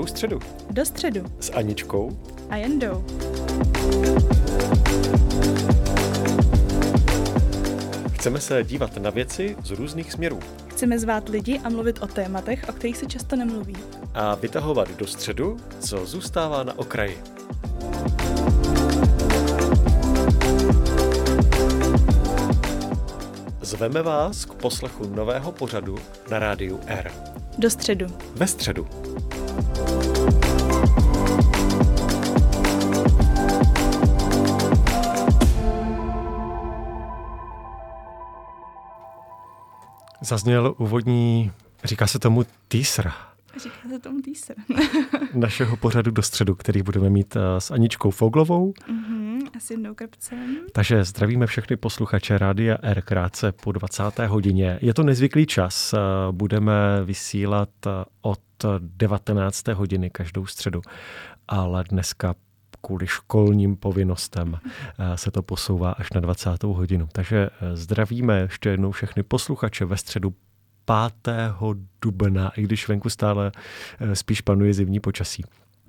Každou středu. Do středu. S Aničkou a Jendou. Chceme se dívat na věci z různých směrů. Chceme zvát lidi a mluvit o tématech, o kterých se často nemluví. A vytahovat do středu, co zůstává na okraji. Zveme vás k poslechu nového pořadu na rádiu R. Do středu. Ve středu. Zazněl úvodní, říká se tomu teaser. Říká se tomu teaser. Našeho pořadu Do středu, který budeme mít s Aničkou Foglovou. A s Jendou Krpcem. Takže zdravíme všechny posluchače Rádia R krátce po 20. hodině. Je to nezvyklý čas. Budeme vysílat od 19. hodiny každou středu, ale dneska kvůli školním povinnostem se to posouvá až na 20. hodinu. Takže zdravíme ještě jednou všechny posluchače ve středu 5. dubna, i když venku stále spíš panuje zimní počasí.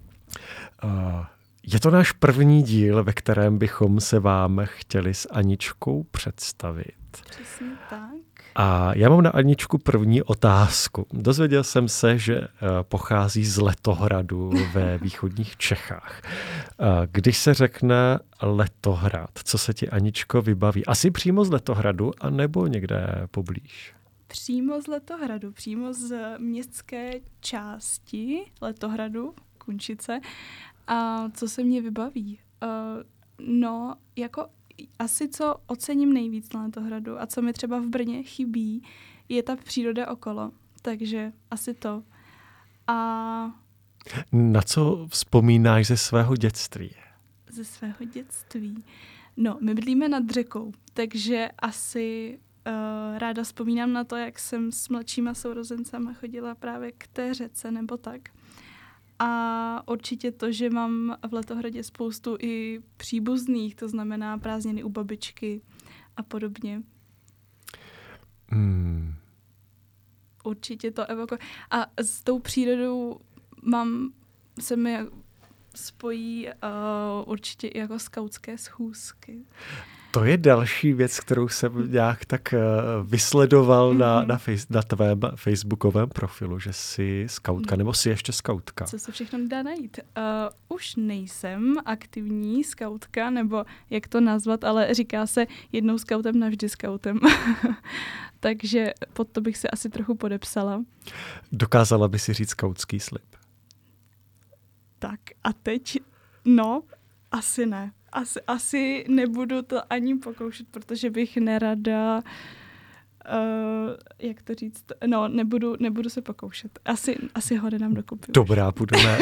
Je to náš první díl, ve kterém bychom se vám chtěli s Aničkou představit. Přesně tak. A já mám na Aničku první otázku. Dozvěděl jsem se, že pochází z Letohradu ve východních Čechách. Když se řekne Letohrad, co se ti, Aničko, vybaví? Asi přímo z Letohradu, anebo někde poblíž? Přímo z Letohradu, přímo z městské části Letohradu, Kunčice. A co se mě vybaví? No, jako asi co ocením nejvíc na Letohradu a co mi třeba v Brně chybí, je ta příroda okolo. Takže asi to. A na co vzpomínáš ze svého dětství? Ze svého dětství? No, my bydlíme nad řekou, takže asi ráda vzpomínám na to, jak jsem s mladšíma sourozencama chodila právě k té řece nebo tak. A určitě to, že mám v Letohradě spoustu i příbuzných, to znamená prázdniny u babičky a podobně. Určitě to evokuje. A s tou přírodou se mi spojí určitě i jako skautské schůzky. To je další věc, kterou jsem nějak tak vysledoval na tvém facebookovém profilu, že jsi skautka, nebo jsi ještě skautka. Co se všechno dá najít? Už nejsem aktivní skautka, nebo jak to nazvat, ale říká se jednou skautem, navždy skautem. Takže pod to bych se asi trochu podepsala. Dokázala by si říct skautský slib? Tak a teď, no, asi ne. Asi nebudu to ani pokoušet, protože bych nerada, jak to říct, no, nebudu se pokoušet. Asi ho nedám dokupy. Dobrá, budeme.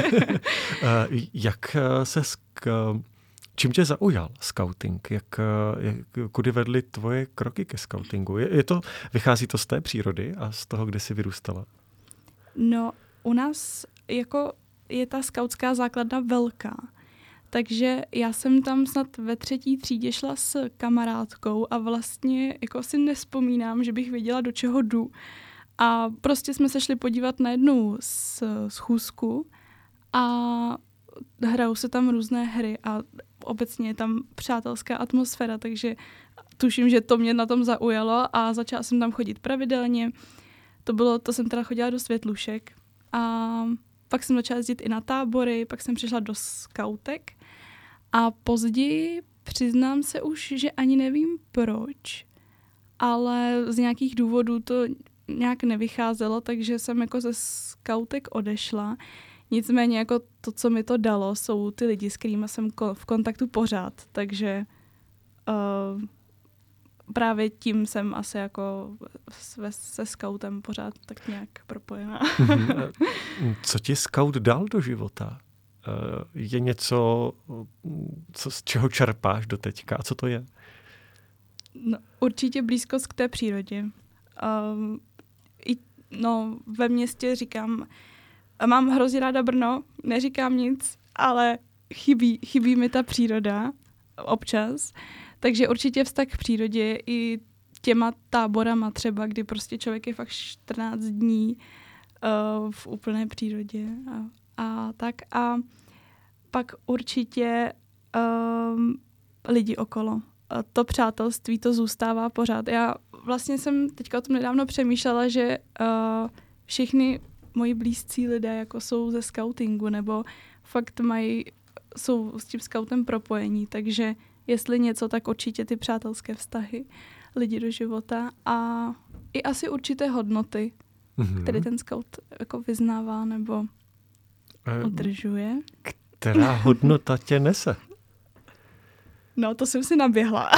Čím tě zaujal skauting? Kudy vedly tvoje kroky ke skautingu? Vychází to z té přírody a z toho, kde jsi vyrůstala? No, u nás jako je ta skautská základna velká. Takže já jsem tam snad ve 3. třídě šla s kamarádkou a vlastně jako si nevzpomínám, že bych věděla, do čeho jdu. A prostě jsme se šli podívat na jednu schůzku a hrajou se tam různé hry a obecně je tam přátelská atmosféra, takže tuším, že to mě na tom zaujalo a začala jsem tam chodit pravidelně. To jsem teda chodila do Světlušek a pak jsem začala jezdit i na tábory, pak jsem přišla do skautek a později přiznám se už, že ani nevím proč, ale z nějakých důvodů to nějak nevycházelo, takže jsem jako ze skautek odešla. Nicméně jako to, co mi to dalo, jsou ty lidi, s kterými jsem v kontaktu pořád, takže právě tím jsem asi jako se skautem pořád tak nějak propojená. Co ti skaut dal do života? Je něco, z čeho čerpáš do teďka? A co to je? No, určitě blízkost k té přírodě. Ve městě říkám, mám hrozně ráda Brno, neříkám nic, ale chybí mi ta příroda občas. Takže určitě vztah k přírodě i těma táborama třeba, kdy prostě člověk je fakt 14 dní v úplné přírodě a tak. A pak určitě lidi okolo. To přátelství, to zůstává pořád. Já vlastně jsem teďka o tom nedávno přemýšlela, že všichni moji blízcí lidé jako jsou ze skautingu nebo fakt jsou s tím skautem propojení, takže jestli něco, tak určitě ty přátelské vztahy, lidi do života a i asi určité hodnoty, které ten skaut jako vyznává nebo udržuje. Která hodnota tě nese? No, to jsem si naběhla.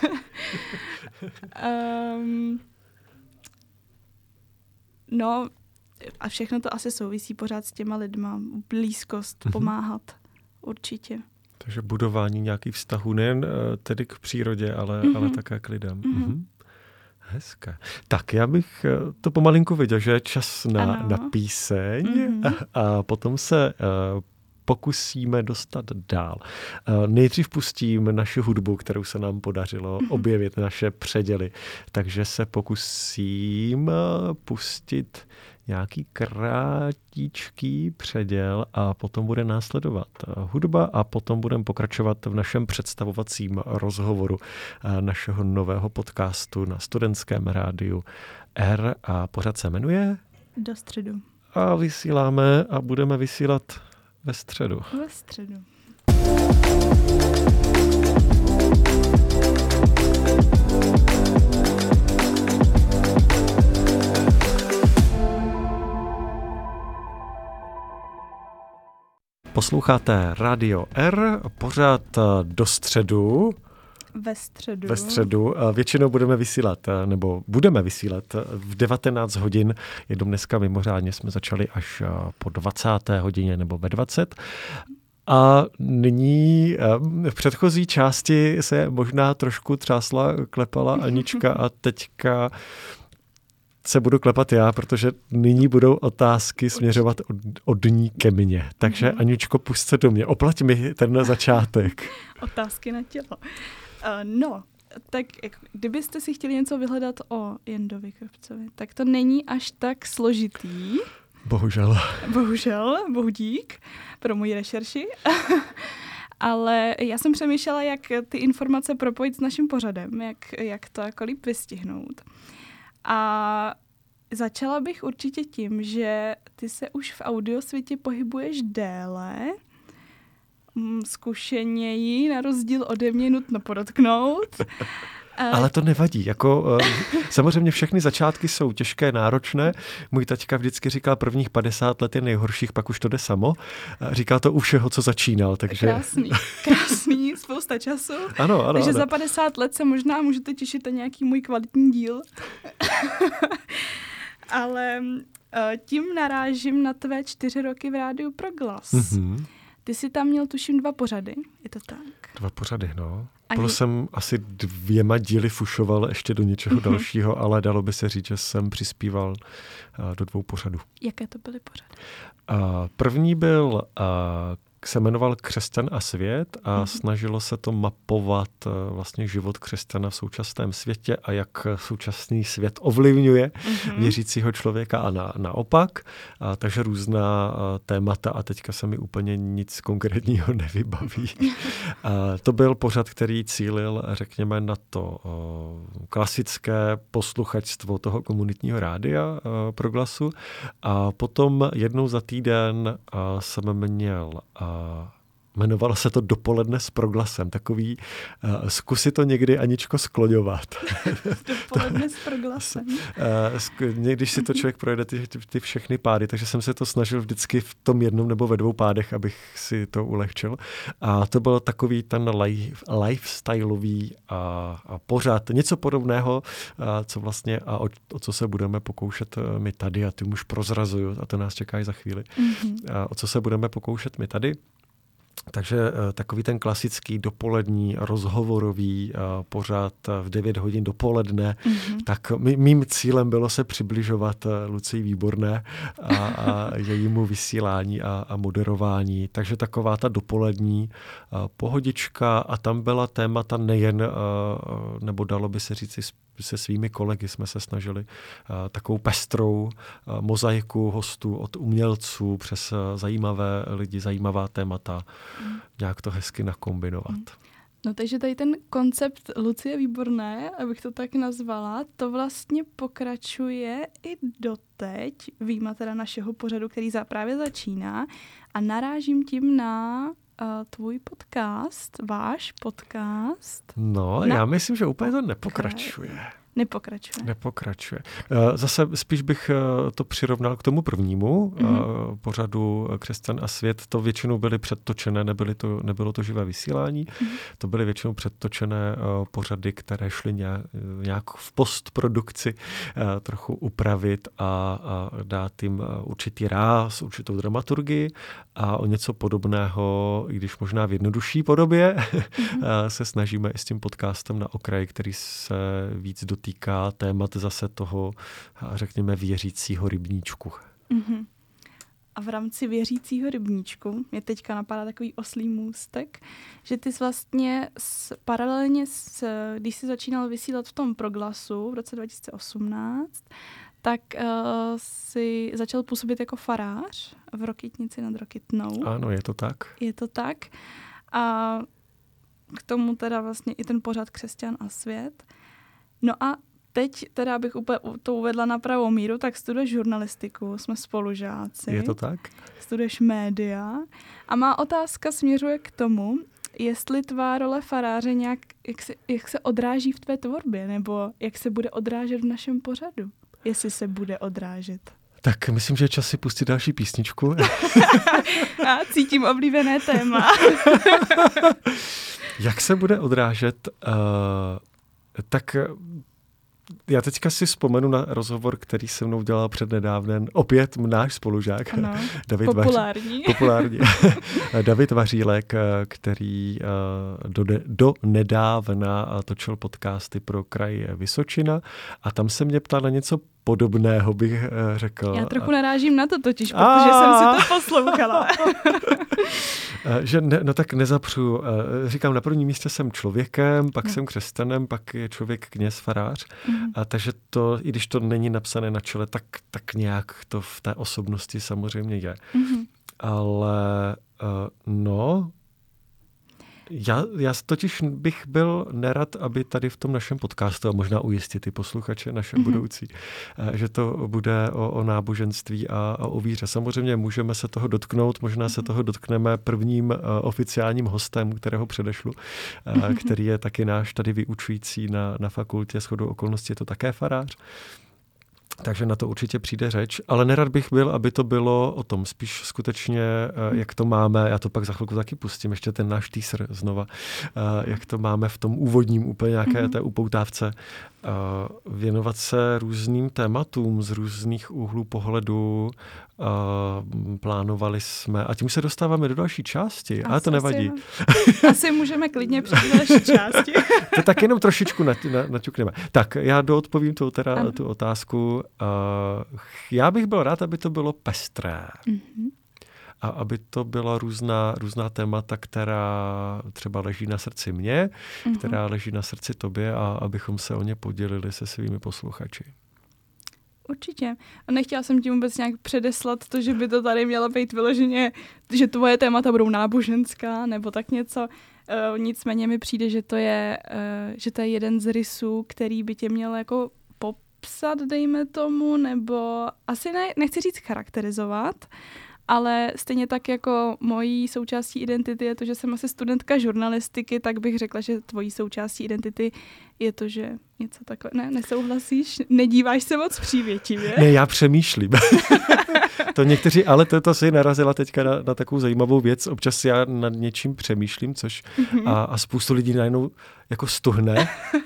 No, a všechno to asi souvisí pořád s těma lidma. Blízkost, pomáhat, určitě. Takže budování nějakých vztahů nejen tedy k přírodě, ale také k lidem. Hezké. Tak, já bych to pomalinku viděl, že je čas na píseň a potom se pokusíme dostat dál. Nejdřív pustím naši hudbu, kterou se nám podařilo objevit, naše předěly. Takže se pokusím pustit nějaký krátičký předěl a potom bude následovat hudba a potom budeme pokračovat v našem představovacím rozhovoru našeho nového podcastu na Studentském rádiu R a pořad se jmenuje Do středu. A vysíláme a budeme vysílat ve středu. Ve středu. Posloucháte Radio R, pořád Do středu. Ve středu. Většinou budeme vysílat v 19 hodin. Jenom dneska mimořádně jsme začali až po 20. hodině nebo ve 20. A nyní v předchozí části se možná trošku klepala Anička a teďka se budu klepat já, protože nyní budou otázky směřovat od ní ke mně. Takže Aničko, pusť se do mě. Oplať mi ten začátek. Otázky na tělo. No, tak kdybyste si chtěli něco vyhledat o Jendovi Krbcovi, tak to není až tak složitý. Bohužel, bohu dík pro moji rešerši. Ale já jsem přemýšlela, jak ty informace propojit s naším pořadem, jak to jako líp vystihnout. A začala bych určitě tím, že ty se už v audiosvětě pohybuješ déle, zkušeněji, na rozdíl ode mě nutno podotknout. Ale to nevadí. Samozřejmě všechny začátky jsou těžké, náročné. Můj taťka vždycky říkal, prvních 50 let je nejhorších, pak už to jde samo. Říkal to u všeho, co začínal. Takže... Krásný, spousta času. Ano. Takže za 50 let se možná můžete těšit na nějaký můj kvalitní díl. Ale tím narážím na tvé 4 roky v rádiu Proglas. Ty jsi tam měl, tuším, 2 pořady, je to tak? 2 pořady, no. Plus jsem asi 2 díly fušoval ještě do něčeho dalšího, ale dalo by se říct, že jsem přispíval do 2 pořadů. Jaké to byly pořady? První se jmenoval Křesťan a svět a snažilo se to mapovat vlastně život křesťana v současném světě a jak současný svět ovlivňuje věřícího člověka a naopak. Takže různá témata a teďka se mi úplně nic konkrétního nevybaví. To byl pořad, který cílil, řekněme, na to klasické posluchačstvo toho komunitního rádia Proglasu. A potom jednou za týden jsem měl jmenovalo se to Dopoledne s Proglasem. Takový, zkusi to někdy, Aničko, skloňovat. Dopoledne s Proglasem. Když si to člověk projede ty všechny pády, takže jsem se to snažil vždycky v tom jednom nebo ve 2 pádech, abych si to ulehčil. A to byl takový ten lifestyleový pořad. Něco podobného, co vlastně o co se budeme pokoušet my tady, a ty už prozrazuju, a to nás čeká i za chvíli. O co se budeme pokoušet my tady. Takže takový ten klasický dopolední rozhovorový pořad v 9 hodin dopoledne, tak mým cílem bylo se přibližovat Lucii Výborné a jejímu vysílání a moderování. Takže taková ta dopolední pohodička a tam byla témata nejen, nebo dalo by se říct se svými kolegy jsme se snažili takovou pestrou mozaiku hostů od umělců přes zajímavé lidi, zajímavá témata, nějak to hezky nakombinovat. No takže tady ten koncept Lucie Výborné, abych to tak nazvala, to vlastně pokračuje i doteď, výjima teda našeho pořadu, který právě začíná, a narážím tím na tvůj podcast, váš podcast. No, já myslím, že úplně to nepokračuje. Nepokračuje. Zase spíš bych to přirovnal k tomu prvnímu pořadu Křesťan a svět. To většinou byly předtočené, nebylo to živé vysílání. To byly většinou předtočené pořady, které šly nějak v postprodukci trochu upravit a dát jim určitý ráz, určitou dramaturgii a o něco podobného, i když možná v jednodušší podobě, se snažíme i s tím podcastem Na okraji, který se víc dotýká témat zase toho, řekněme, věřícího rybníčku. A v rámci věřícího rybníčku mě teďka napadá takový oslý můstek, že ty jsi vlastně paralelně když jsi začínal vysílat v tom Proglasu v roce 2018, tak jsi začal působit jako farář v Rokytnici nad Rokytnou. Ano, je to tak. Je to tak. A k tomu teda vlastně i ten pořad Křesťan a svět. No a teď teda, abych úplně to uvedla na pravou míru, tak studuješ žurnalistiku, jsme spolužáci. Je to tak? Studuješ média. A má otázka směřuje k tomu, jestli tvá role faráře nějak, jak se odráží v tvé tvorbě, nebo jak se bude odrážet v našem pořadu. Jestli se bude odrážet. Tak myslím, že je čas si pustit další písničku. A cítím oblíbené téma. Jak se bude odrážet? Tak já teďka si vzpomenu na rozhovor, který se mnou dělal přednedávnem opět náš spolužák. Ano, David populární. David Vařílek, který do nedávna točil podcasty pro kraj Vysočina a tam se mě ptal na něco podobného, bych řekl. Já trochu narážím na to totiž, protože jsem si to poslouchala. Že no tak nezapřu. Říkám, na prvním místě jsem člověkem, pak jsem křesťanem, pak je člověk kněz, farář. A takže to, i když to není napsané na čele, tak nějak to v té osobnosti samozřejmě je. Ale no, já totiž bych byl nerad, aby tady v tom našem podcastu, a možná ujistit ty posluchače naše budoucí, že to bude o náboženství a o víře. Samozřejmě můžeme se toho dotknout, možná se toho dotkneme prvním oficiálním hostem, kterého předešlu, který je taky náš tady vyučující na fakultě, shodou okolností je to také farář. Takže na to určitě přijde řeč, ale nerad bych byl, aby to bylo o tom, spíš skutečně, jak to máme, já to pak za chvilku taky pustím, ještě ten náš teaser znova, jak to máme v tom úvodním úplně nějaké té upoutávce, věnovat se různým tématům z různých úhlů pohledu, plánovali jsme, a tím se dostáváme do další části, ale to nevadí. Asi můžeme klidně přijít do další části. To tak jenom trošičku naťukneme. Tak, já doodpovím tu otázku. Já bych byl rád, aby to bylo pestré. A aby to byla různá témata, která třeba leží na srdci mně, která leží na srdci tobě a abychom se o ně podělili se svými posluchači. Určitě. A nechtěla jsem tím vůbec nějak předeslat to, že by to tady mělo být vyloženě, že tvoje témata budou náboženská nebo tak něco. Nicméně mi přijde, že to je jeden z rysů, který by tě měl jako popsat, dejme tomu, nebo asi nechci říct charakterizovat, ale stejně tak jako mojí součástí identity je to, že jsem asi studentka žurnalistiky, tak bych řekla, že tvojí součástí identity je to, že něco takové... Ne, nesouhlasíš? Nedíváš se moc přívětivě? Ne, já přemýšlím. To někteří, ale to si narazila teďka na takovou zajímavou věc. Občas já nad něčím přemýšlím, což a spoustu lidí najednou jako stuhne.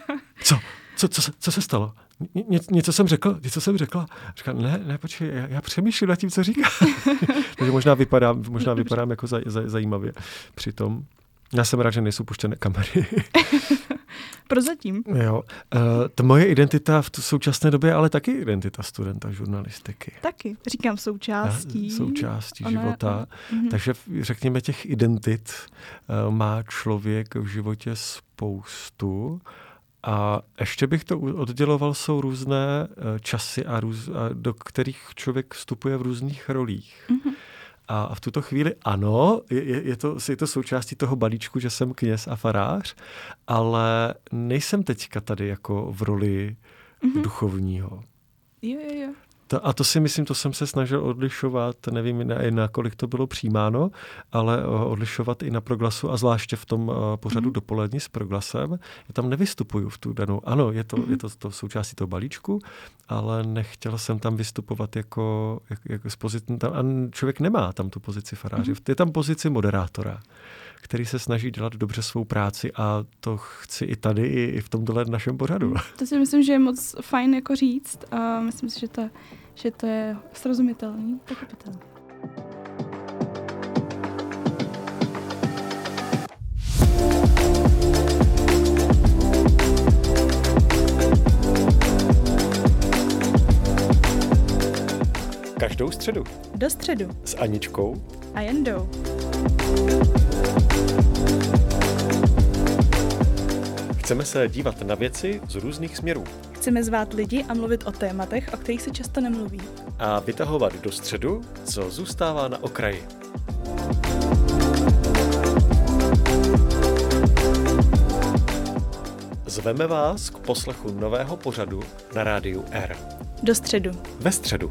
Co se stalo? Něco jsem řekla. Říkám, ne, počkej, já přemýšlím nad tím, co říká. Takže možná vypadám jako zajímavě přitom. Já jsem rád, že nejsou puštěné kamery. Prozatím. Jo. To moje identita v současné době, ale taky identita studenta žurnalistiky. Taky, říkám součástí života. Takže řekněme, těch identit má člověk v životě spoustu. A ještě bych to odděloval, jsou různé časy, do kterých člověk vstupuje v různých rolích. A v tuto chvíli ano, je to součástí toho balíčku, že jsem kněz a farář, ale nejsem teďka tady jako v roli duchovního. Jo. A to si myslím, to jsem se snažil odlišovat, nevím, na kolik to bylo přijímáno, ale odlišovat i na Proglasu a zvláště v tom pořadu dopolední s Proglasem. Já tam nevystupuju v tu danou. Ano, je to součástí toho balíčku, ale nechtěl jsem tam vystupovat jako z pozice. A člověk nemá tam tu pozici faráře. Je tam pozici moderátora, který se snaží dělat dobře svou práci a to chci i tady, i v tomhle našem pořadu. To si myslím, že je moc fajn jako říct a myslím si, že to je srozumitelný, pochopitelný. Každou středu. Do středu. S Aničkou. A Jendou. Chceme se dívat na věci z různých směrů. Chceme zvát lidi a mluvit o tématech, o kterých se často nemluví. A vytahovat do středu, co zůstává na okraji. Zveme vás k poslechu nového pořadu na rádiu R. Do středu. Ve středu.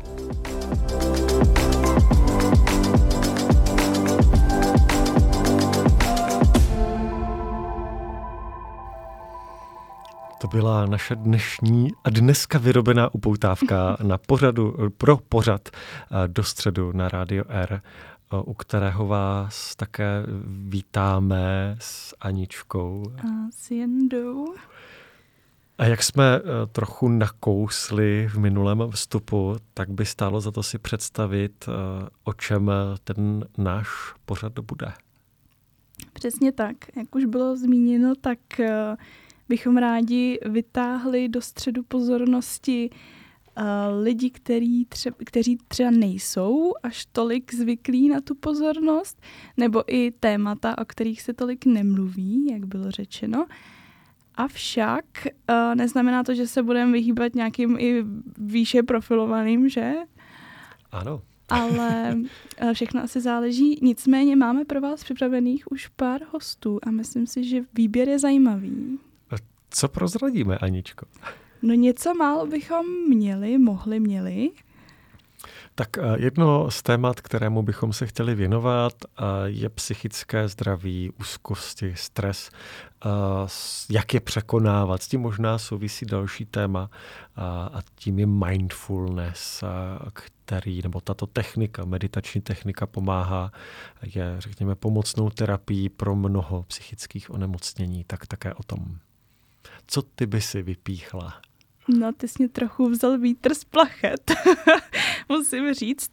To byla naše dnešní a dneska vyrobená upoutávka pro pořad Do středu na rádio R, u kterého vás také vítáme s Aničkou. A s Jendou. A jak jsme trochu nakousli v minulém vstupu, tak by stálo za to si představit, o čem ten náš pořad bude. Přesně tak. Jak už bylo zmíněno, tak bychom rádi vytáhli do středu pozornosti lidi, kteří třeba nejsou až tolik zvyklí na tu pozornost, nebo i témata, o kterých se tolik nemluví, jak bylo řečeno. Avšak neznamená to, že se budeme vyhýbat nějakým i výše profilovaným, že? Ano. Ale všechno asi záleží. Nicméně máme pro vás připravených už pár hostů a myslím si, že výběr je zajímavý. Co prozradíme, Aničko? No něco málo bychom mohli. Tak jedno z témat, kterému bychom se chtěli věnovat, je psychické zdraví, úzkosti, stres, jak je překonávat. S tím možná souvisí další téma a tím je mindfulness, nebo tato technika, meditační technika pomáhá, je, řekněme, pomocnou terapií pro mnoho psychických onemocnění, tak také o tom. Co ty by si vypíchla? No, ty jsi mě trochu vzal vítr z plachet, musím říct.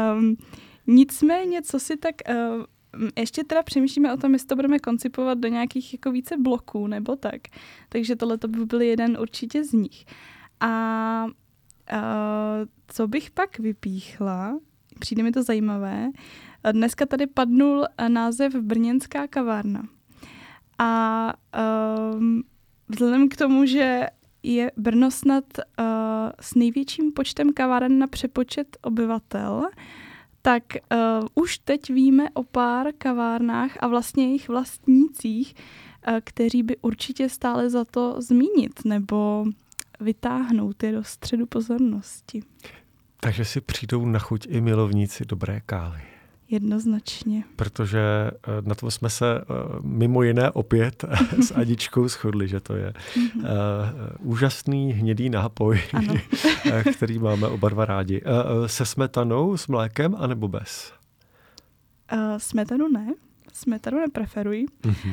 Nicméně, co si tak... ještě teda přemýšlíme o tom, jestli to budeme koncipovat do nějakých jako více bloků, nebo tak. Takže tohle by byl jeden určitě z nich. A co bych pak vypíchla, přijde mi to zajímavé, dneska tady padnul název Brněnská kavárna. A vzhledem k tomu, že je Brno snad s největším počtem kaváren na přepočet obyvatel, tak už teď víme o pár kavárnách a vlastně jejich vlastnících, kteří by určitě stále za to zmínit nebo vytáhnout je do středu pozornosti. Takže si přijdou na chuť i milovníci dobré kávy. Jednoznačně. Protože na tom jsme se mimo jiné opět s Aničkou shodli, že to je úžasný hnědý nápoj, který máme oba dva rádi. Se smetanou, s mlékem, anebo bez? Smetanu ne. Smetanu nepreferuji.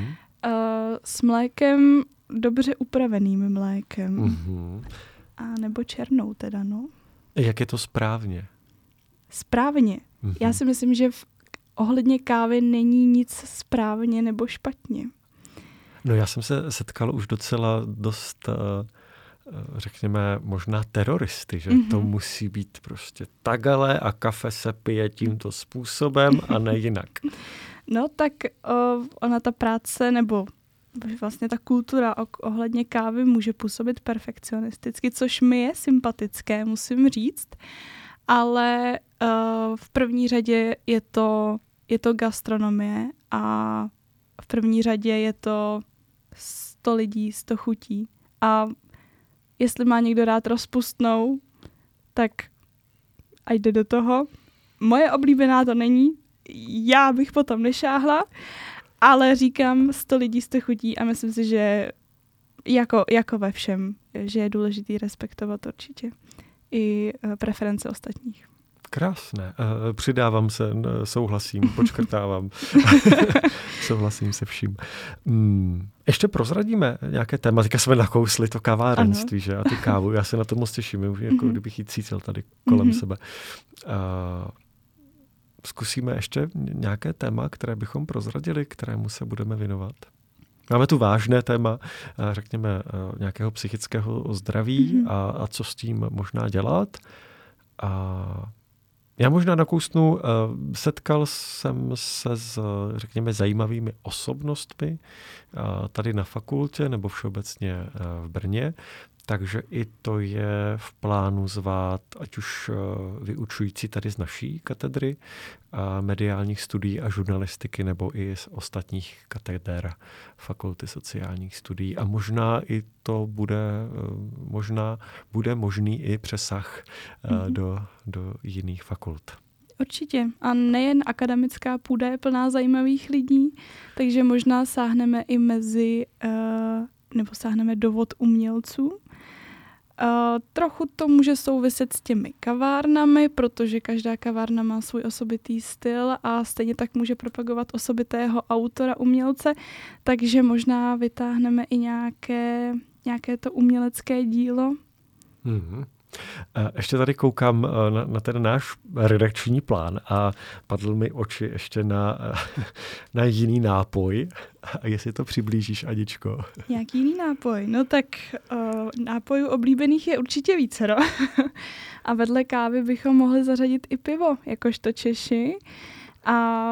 S mlékem, dobře upraveným mlékem. A nebo černou teda, no. Jak je to správně? Správně. Já si myslím, že ohledně kávy není nic správně nebo špatně. No já jsem se setkal už docela dost, řekněme, možná teroristy, že to musí být prostě takhle a kafe se pije tímto způsobem a ne jinak. No tak ona ta práce nebo vlastně ta kultura ohledně kávy může působit perfekcionisticky, což mi je sympatické, musím říct, ale v první řadě je to gastronomie a v první řadě je to 100 lidí, 100 chutí. A jestli má někdo rád rozpustnou, tak ať jde do toho. Moje oblíbená to není, já bych potom nešáhla, ale říkám 100 lidí, 100 chutí a myslím si, že jako ve všem, že je důležitý respektovat určitě i preference ostatních. Krásné. Přidávám se, souhlasím, počkrtávám. Souhlasím se vším. Ještě prozradíme nějaké téma. Teďka jsme nakousli to kavárenství, že? A tu kávu. Já se na to moc těším, jako kdybych ji cítil tady kolem sebe. Zkusíme ještě nějaké téma, které bychom prozradili, kterému se budeme věnovat. Máme tu vážné téma, řekněme, nějakého psychického zdraví a co s tím možná dělat. A já možná nakousnu, setkal jsem se s, řekněme, zajímavými osobnostmi tady na fakultě nebo všeobecně v Brně, takže i to je v plánu zvát, ať už vyučující tady z naší katedry mediálních studií a žurnalistiky, nebo i z ostatních kateder fakulty sociálních studií. A možná i to bude možný i přesah do jiných fakult. Určitě. A nejen akademická půda je plná zajímavých lidí, takže možná sáhneme i sáhneme do vod umělců. Trochu to může souviset s těmi kavárnami, protože každá kavárna má svůj osobitý styl a stejně tak může propagovat osobitého autora, umělce, takže možná vytáhneme i nějaké to umělecké dílo. Mm-hmm. Ještě tady koukám na ten náš redakční plán a padl mi oči ještě na jiný nápoj. A jestli to přiblížíš, Aničko. Jaký jiný nápoj? No tak nápojů oblíbených je určitě vícero. A vedle kávy bychom mohli zařadit i pivo, jakožto Češi. A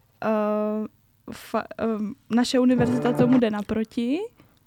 naše univerzita tomu jde naproti.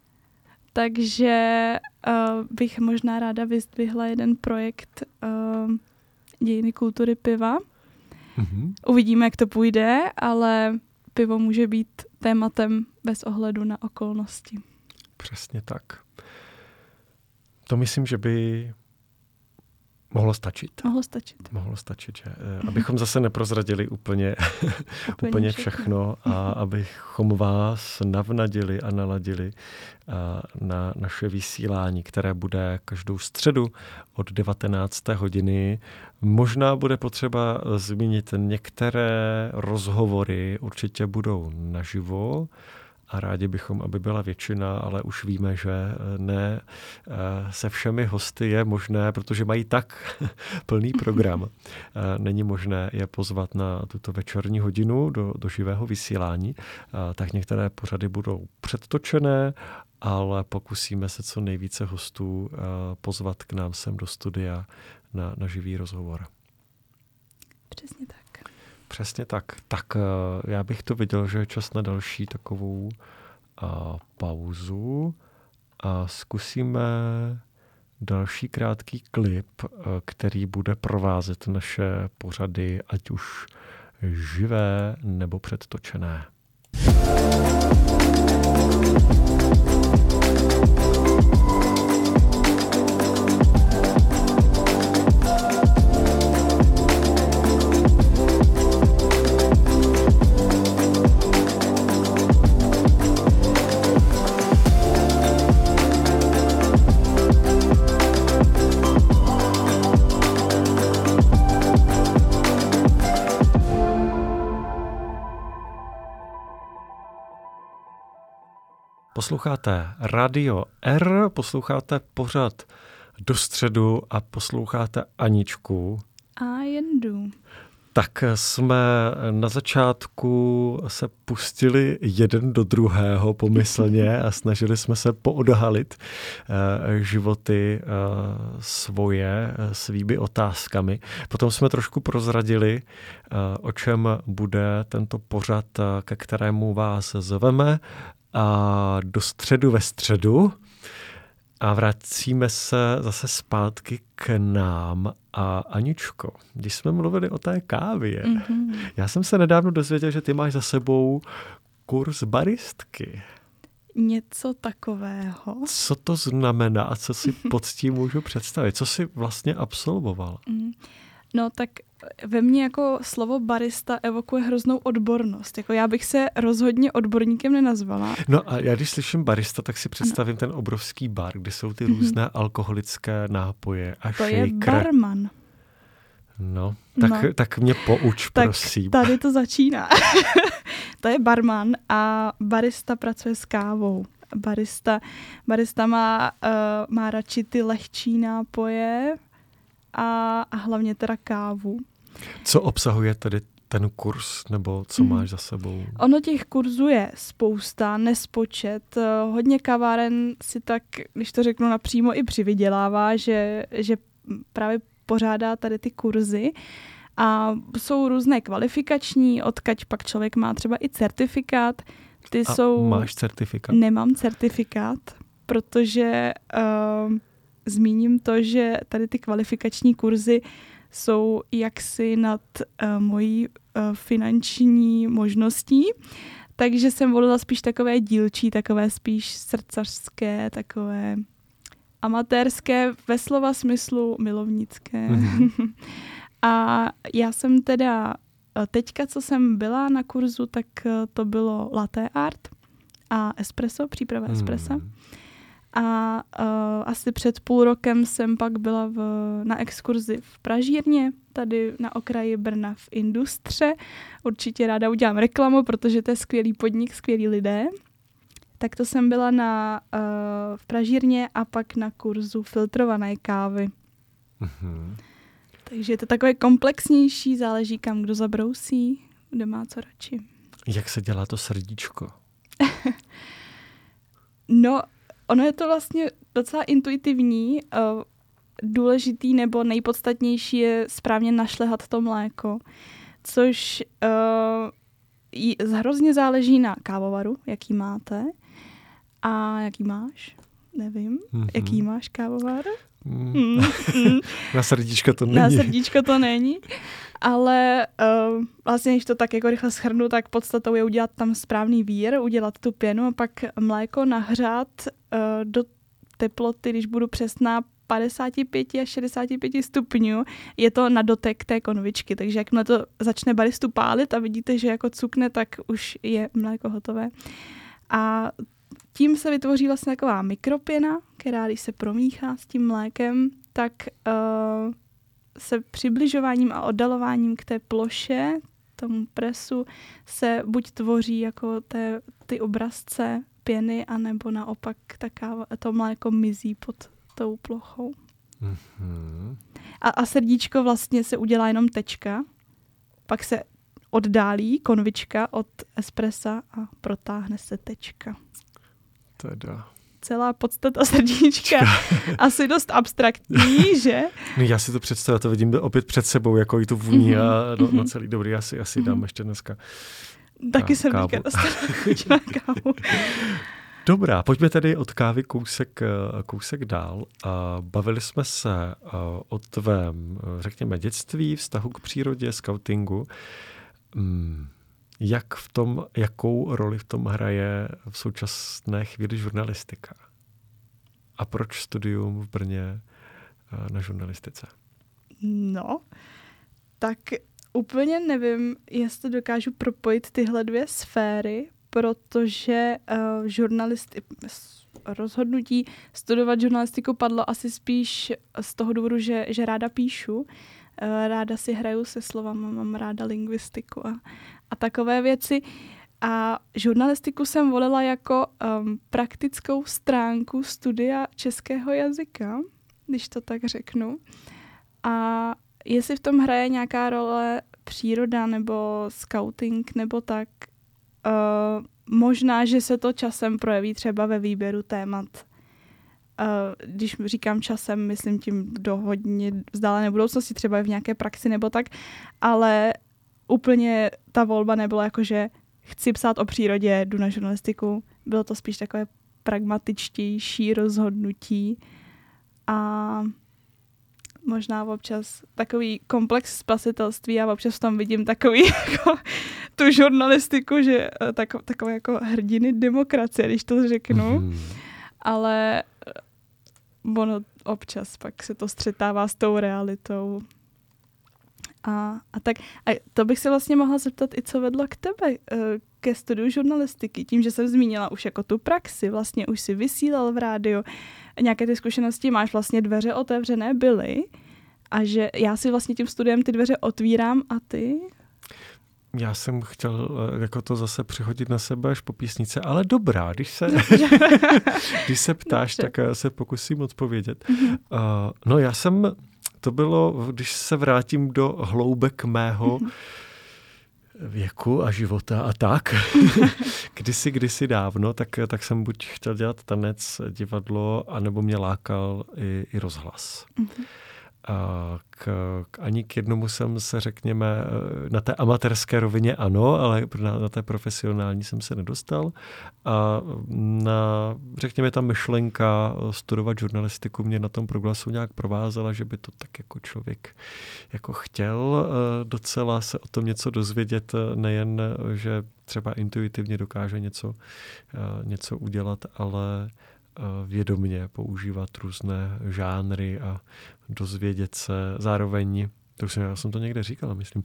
Takže bych možná ráda vyzdvihla jeden projekt Dějiny kultury piva. Mm-hmm. Uvidíme, jak to půjde, ale pivo může být tématem bez ohledu na okolnosti. Přesně tak. To myslím, že by mohlo stačit. Mohlo stačit, že? Abychom zase neprozradili úplně všechno a abychom vás navnadili a naladili na naše vysílání, které bude každou středu od 19. hodiny. Možná bude potřeba zmínit některé rozhovory, určitě budou naživo, a rádi bychom, aby byla většina, ale už víme, že ne se všemi hosty je možné, protože mají tak plný program. Není možné je pozvat na tuto večerní hodinu do živého vysílání. Tak některé pořady budou předtočené, ale pokusíme se co nejvíce hostů pozvat k nám sem do studia na živý rozhovor. Přesně tak. Přesně tak. Tak já bych to viděl, že je čas na další takovou pauzu a zkusíme další krátký klip, který bude provázet naše pořady, ať už živé nebo předtočené. Posloucháte Radio R, posloucháte pořad Do středu a posloucháte Aničku. A Jendu. Tak jsme na začátku se pustili jeden do druhého pomyslně a snažili jsme se poodhalit životy svoje svými otázkami. Potom jsme trošku prozradili, o čem bude tento pořad, ke kterému vás zveme. do středu ve středu a vracíme se zase zpátky k nám. A Aničko, když jsme mluvili o té kávě, já jsem se nedávno dozvěděl, že ty máš za sebou kurz baristky. Něco takového. Co to znamená a co si pod tím můžu představit? Co jsi vlastně absolvovala? No tak ve mně jako slovo barista evokuje hroznou odbornost. Jako já bych se rozhodně odborníkem nenazvala. No a já když slyším barista, tak si představím ten obrovský bar, kde jsou ty různé alkoholické nápoje a to shaker. Je barman. No, tak mě pouč, tak prosím. Tady to začíná. To je barman a barista pracuje s kávou. Barista má radši ty lehčí nápoje a hlavně teda kávu. Co obsahuje tedy ten kurz, nebo co máš za sebou? Ono těch kurzů je spousta, nespočet. Hodně kaváren si tak, když to řeknu napřímo, i přivydělává, že právě pořádá tady ty kurzy. A jsou různé kvalifikační, odkud pak člověk má třeba i certifikát. Máš certifikát? Nemám certifikát, protože zmíním to, že tady ty kvalifikační kurzy jsou jaksi nad mojí finanční možností, takže jsem volila spíš takové dílčí, takové spíš srdcařské, takové amatérské, ve slova smyslu milovnické. A já jsem teda, teďka, co jsem byla na kurzu, tak to bylo latte art a espresso, příprava espressa. A asi před půl rokem jsem pak byla na exkurzi v Pražírně, tady na okraji Brna v Industře. Určitě ráda udělám reklamu, protože to je skvělý podnik, skvělí lidé. Tak to jsem byla v Pražírně a pak na kurzu filtrované kávy. Takže je to takové komplexnější, záleží kam kdo zabrousí, kdo má co radši. Jak se dělá to srdíčko? No, ono je to vlastně docela intuitivní. Důležitý nebo nejpodstatnější je správně našlehat to mléko, což hrozně záleží na kávovaru, jaký máte. A jaký máš? Nevím. Jaký máš kávovar? Na srdíčko to není. Na srdíčko to není. Ale vlastně, když to tak jako rychle shrnu, tak podstatou je udělat tam správný vír, udělat tu pěnu a pak mléko nahřát do teploty, když budu přesná, 55 až 65 stupňů. Je to na dotek té konvičky, takže jakmile to začne baristu pálit a vidíte, že jako cukne, tak už je mléko hotové. A tím se vytvoří vlastně taková mikropěna, která když se promíchá s tím mlékem, tak se přibližováním a oddalováním k té ploše, tomu presu, se buď tvoří jako ty obrazce pěny, anebo naopak to mléko mizí pod tou plochou. A srdíčko vlastně se udělá jenom tečka, pak se oddálí konvička od espressa a protáhne se tečka. Teda. Celá podstata srdíčka. Asi dost abstraktní, že? No já si to představím, to vidím opět před sebou, jako i tu vůni a no celý dobrý, asi dám ještě dneska taky jsem teďka dostala chuť na kávu. Dobrá, pojďme tedy od kávy kousek dál. Bavili jsme se o tvém, řekněme, dětství, vztahu k přírodě, skautingu. Jakou roli v tom hraje v současné chvíli žurnalistika? A proč studium v Brně na žurnalistice? No, tak úplně nevím, jestli dokážu propojit tyhle dvě sféry, protože rozhodnutí studovat žurnalistiku padlo asi spíš z toho důvodu, že ráda píšu. Ráda si hraju se slovama, mám ráda lingvistiku a takové věci. A žurnalistiku jsem volila jako praktickou stránku studia českého jazyka, když to tak řeknu. A jestli v tom hraje nějaká role příroda nebo scouting nebo tak, možná, že se to časem projeví třeba ve výběru témat. Když říkám časem, myslím tím do hodně vzdálené budoucnosti, třeba v nějaké praxi nebo tak, ale úplně ta volba nebyla jako, že chci psát o přírodě, jdu na žurnalistiku. bylo to spíš takové pragmatičtější rozhodnutí a možná občas takový komplex spasitelství a občas v tom vidím takový jako tu žurnalistiku, že takové jako hrdiny demokracie, když to řeknu. Ale ono občas pak se to střetává s tou realitou. A to bych se vlastně mohla zeptat i co vedlo k tebe, ke studiu žurnalistiky. Tím, že jsem zmínila už jako tu praxi, vlastně už si vysílal v rádiu, nějaké ty zkušenosti máš, vlastně dveře otevřené byly a že já si vlastně tím studiem ty dveře otvírám a ty? Já jsem chtěl jako to zase přehodit na sebe až po písnice, ale dobrá, když se ptáš, tak se pokusím odpovědět. No to bylo, když se vrátím do hloubek mého věku a života a tak, kdysi dávno, tak jsem buď chtěl dělat tanec, divadlo, anebo mě lákal i rozhlas. Ani k jednomu jsem se, řekněme, na té amatérské rovině ano, ale na té profesionální jsem se nedostal. A řekněme, ta myšlenka studovat žurnalistiku mě na tom proglasu nějak provázela, že by to tak jako člověk jako chtěl docela se o tom něco dozvědět, nejen, že třeba intuitivně dokáže něco udělat, ale vědomě používat různé žánry a dozvědět se zároveň, já jsem to někde říkal, myslím,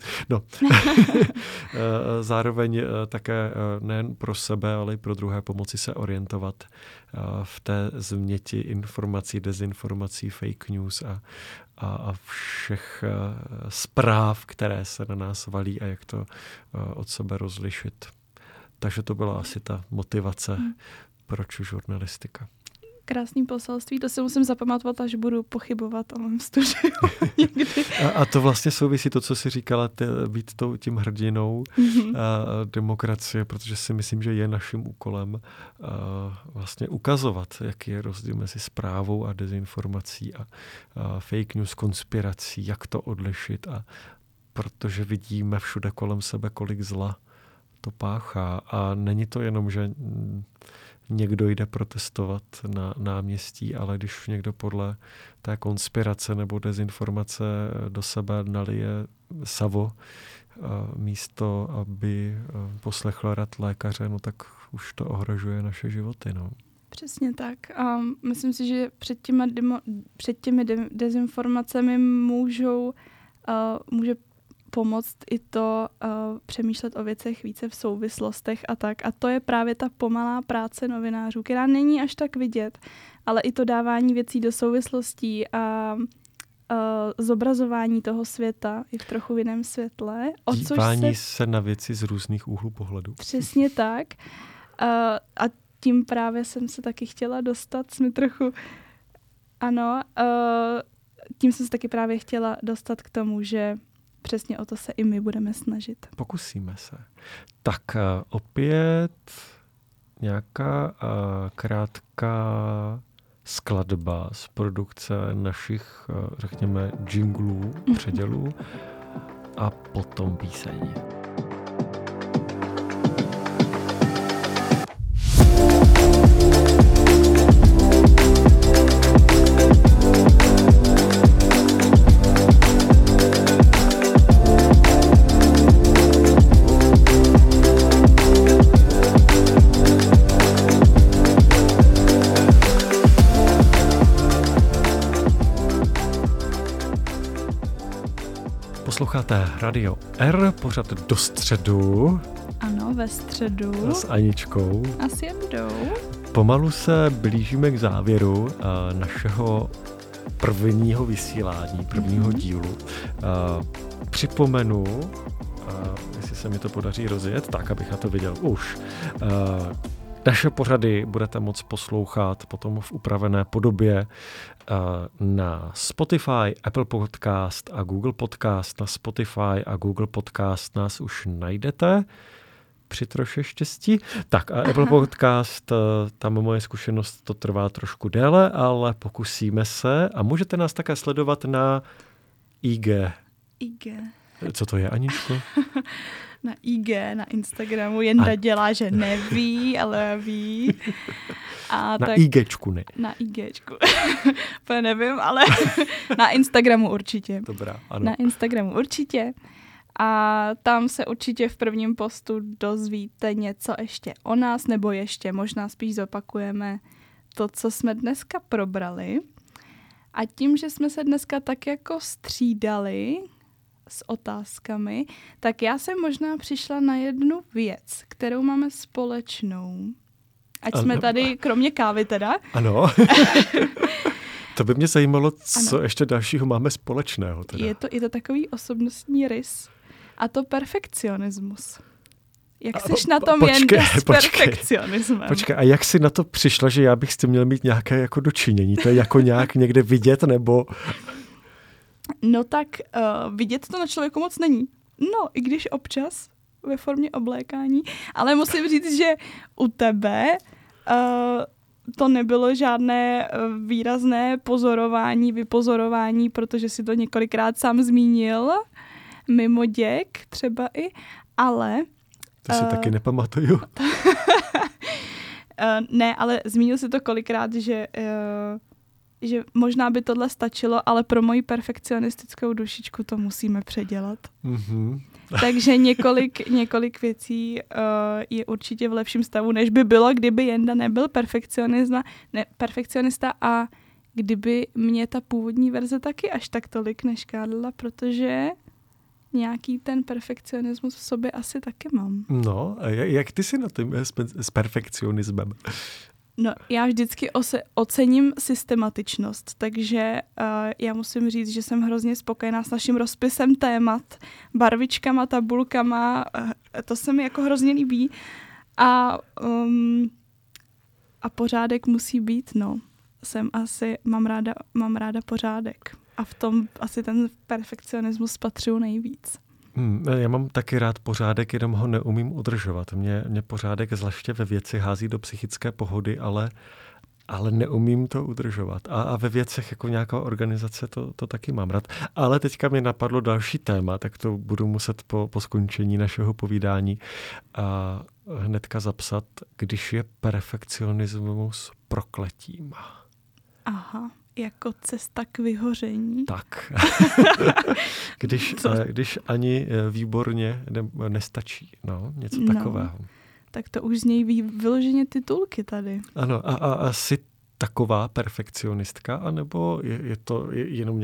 zároveň také nejen pro sebe, ale i pro druhé pomoci se orientovat v té změti informací, dezinformací, fake news a všech zpráv, které se na nás valí a jak to od sebe rozlišit. Takže to byla asi ta motivace, proč žurnalistika. Krásný poselství, to si musím zapamatovat, až budu pochybovat o mém studiu někdy. A to vlastně souvisí to, co jsi říkala, být tím hrdinou demokracie, protože si myslím, že je naším úkolem vlastně ukazovat, jaký je rozdíl mezi zprávou a dezinformací a fake news, konspirací, jak to odlišit, a protože vidíme všude kolem sebe, kolik zla to páchá. A není to jenom, že někdo jde protestovat na náměstí, ale když někdo podle té konspirace nebo dezinformace do sebe nalije savo místo, aby poslechl rad lékaře, no tak už to ohrožuje naše životy. No. Přesně tak. A myslím si, že před těmi dezinformacemi může pomoct i to přemýšlet o věcech více v souvislostech a tak. A to je právě ta pomalá práce novinářů, která není až tak vidět, ale i to dávání věcí do souvislostí a zobrazování toho světa i v trochu jiném světle. Dívání se na věci z různých úhlů pohledu. Přesně tak. A tím právě jsem se taky chtěla dostat, tím jsem se taky právě chtěla dostat k tomu, že přesně o to se i my budeme snažit. Pokusíme se. Tak opět nějaká krátká skladba z produkce našich, řekněme, džinglů, předělů a potom píseň. Posloucháte Radio R, pořad Do středu. Ano, ve středu. S Aničkou. A s Jandou. Pomalu se blížíme k závěru našeho prvního vysílání, prvního dílu. Připomenu, jestli se mi to podaří rozjet, tak, abych na to viděl už. Naše pořady budete moct poslouchat potom v upravené podobě na Spotify, Apple Podcast a Google Podcast. Na Spotify a Google Podcast nás už najdete při troše štěstí. Tak a Apple Podcast, tam moje zkušenost, to trvá trošku déle, ale pokusíme se a můžete nás také sledovat na IG. IG. Co to je, Aničko? Na IG, na Instagramu. Jenda dělá, že neví, ale ví. A na tak, IGčku ne. Na IGčku. To nevím, ale na Instagramu určitě. Dobrá, ano. Na Instagramu určitě. A tam se určitě v prvním postu dozvíte něco ještě o nás, nebo ještě možná spíš zopakujeme to, co jsme dneska probrali. A tím, že jsme se dneska tak jako střídali s otázkami, tak já jsem možná přišla na jednu věc, kterou máme společnou. Ať jsme tady, kromě kávy teda. Ano. To by mě zajímalo, co ještě dalšího máme společného. Teda. Je to takový osobnostní rys. A to perfekcionismus. Jak jsi na tom jen s perfekcionismem? Počkej, a jak jsi na to přišla, že já bych s tím měl mít nějaké jako dočinění? To je jako nějak někde vidět, nebo... No tak vidět to na člověku moc není. No, i když občas ve formě oblékání. Ale musím říct, že u tebe to nebylo žádné výrazné pozorování, vypozorování, protože si to několikrát sám zmínil, mimo děk třeba i, ale... To si taky nepamatuju. Ne, ale zmínil si to kolikrát, že možná by tohle stačilo, ale pro moji perfekcionistickou dušičku to musíme předělat. Mm-hmm. Takže několik věcí je určitě v lepším stavu, než by bylo, kdyby Jenda nebyl perfekcionista a kdyby mě ta původní verze taky až tak tolik neškádla, protože nějaký ten perfekcionismus v sobě asi taky mám. No, a jak ty jsi na tím s perfekcionismem? No, já vždycky ocením systematičnost, takže já musím říct, že jsem hrozně spokojená s naším rozpisem témat, barvičkama, tabulkama, to se mi jako hrozně líbí. A pořádek musí být, no. Mám ráda pořádek. A v tom asi ten perfekcionismus spatřuju nejvíc. Já mám taky rád pořádek, jenom ho neumím udržovat. Mě pořádek zvláště ve věci hází do psychické pohody, ale neumím to udržovat. A ve věcech jako nějaká organizace to taky mám rád. Ale teďka mi napadlo další téma, tak to budu muset po skončení našeho povídání hnedka zapsat, když je perfekcionismus prokletím. Aha. Jako cesta k vyhoření. Tak. Když ani výborně nestačí. No, něco takového. Tak to už z něj vyloženě titulky tady. Ano, a jsi taková perfekcionistka, anebo je to jenom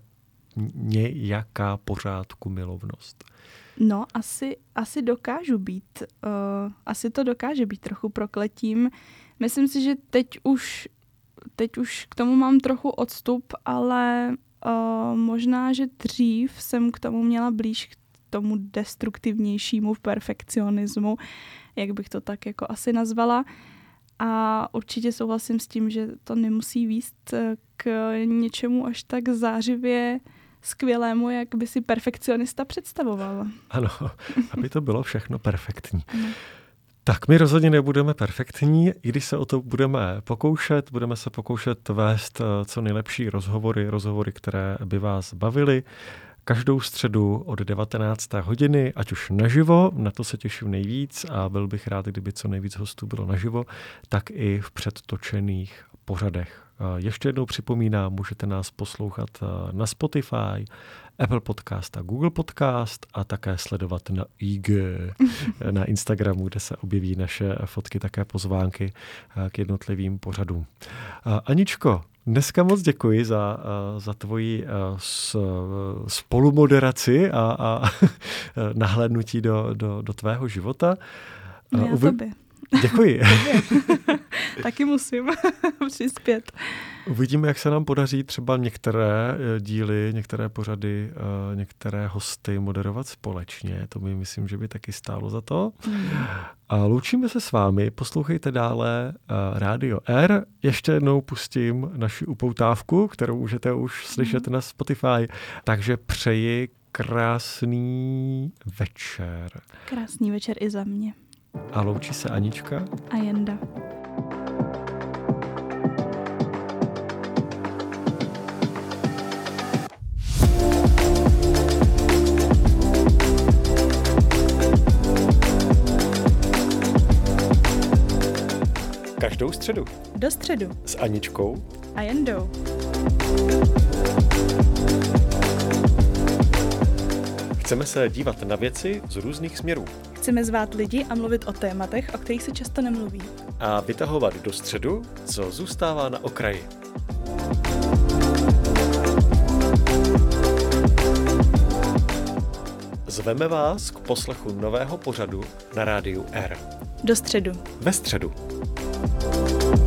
nějaká pořádku milovnost? No, asi dokážu být. Asi to dokáže být trochu prokletím. Myslím si, že teď už k tomu mám trochu odstup, ale možná, že dřív jsem k tomu měla blíž k tomu destruktivnějšímu perfekcionismu, jak bych to tak jako asi nazvala. A určitě souhlasím s tím, že to nemusí vést k něčemu až tak zářivě skvělému, jak by si perfekcionista představoval. Ano, aby to bylo všechno perfektní. Tak my rozhodně nebudeme perfektní, i když se o to budeme se pokoušet vést co nejlepší rozhovory, které by vás bavily. Každou středu od 19. hodiny, ať už naživo, na to se těším nejvíc a byl bych rád, kdyby co nejvíc hostů bylo naživo, tak i v předtočených pořadech. Ještě jednou připomínám, můžete nás poslouchat na Spotify, Apple Podcast a Google Podcast a také sledovat na IG, na Instagramu, kde se objeví naše fotky, také pozvánky k jednotlivým pořadům. Aničko, dneska moc děkuji za tvoji spolumoderaci a nahlédnutí do tvého života. Já tobě. Děkuji. Taky musím přispět. Uvidíme, jak se nám podaří třeba některé díly, některé pořady, některé hosty moderovat společně. To mi myslím, že by taky stálo za to. A loučíme se s vámi. Poslouchejte dále Rádio R. Ještě jednou pustím naši upoutávku, kterou můžete už slyšet na Spotify. Takže přeji krásný večer. Krásný večer i za mě. A loučí se Anička a Jenda. Každou středu. Do středu. S Aničkou A Jendou. Chceme se dívat na věci z různých směrů. Chceme zvát lidi a mluvit o tématech, o kterých se často nemluví. A vytahovat do středu, co zůstává na okraji. Zveme vás k poslechu nového pořadu na rádiu R. Do středu. Ve středu.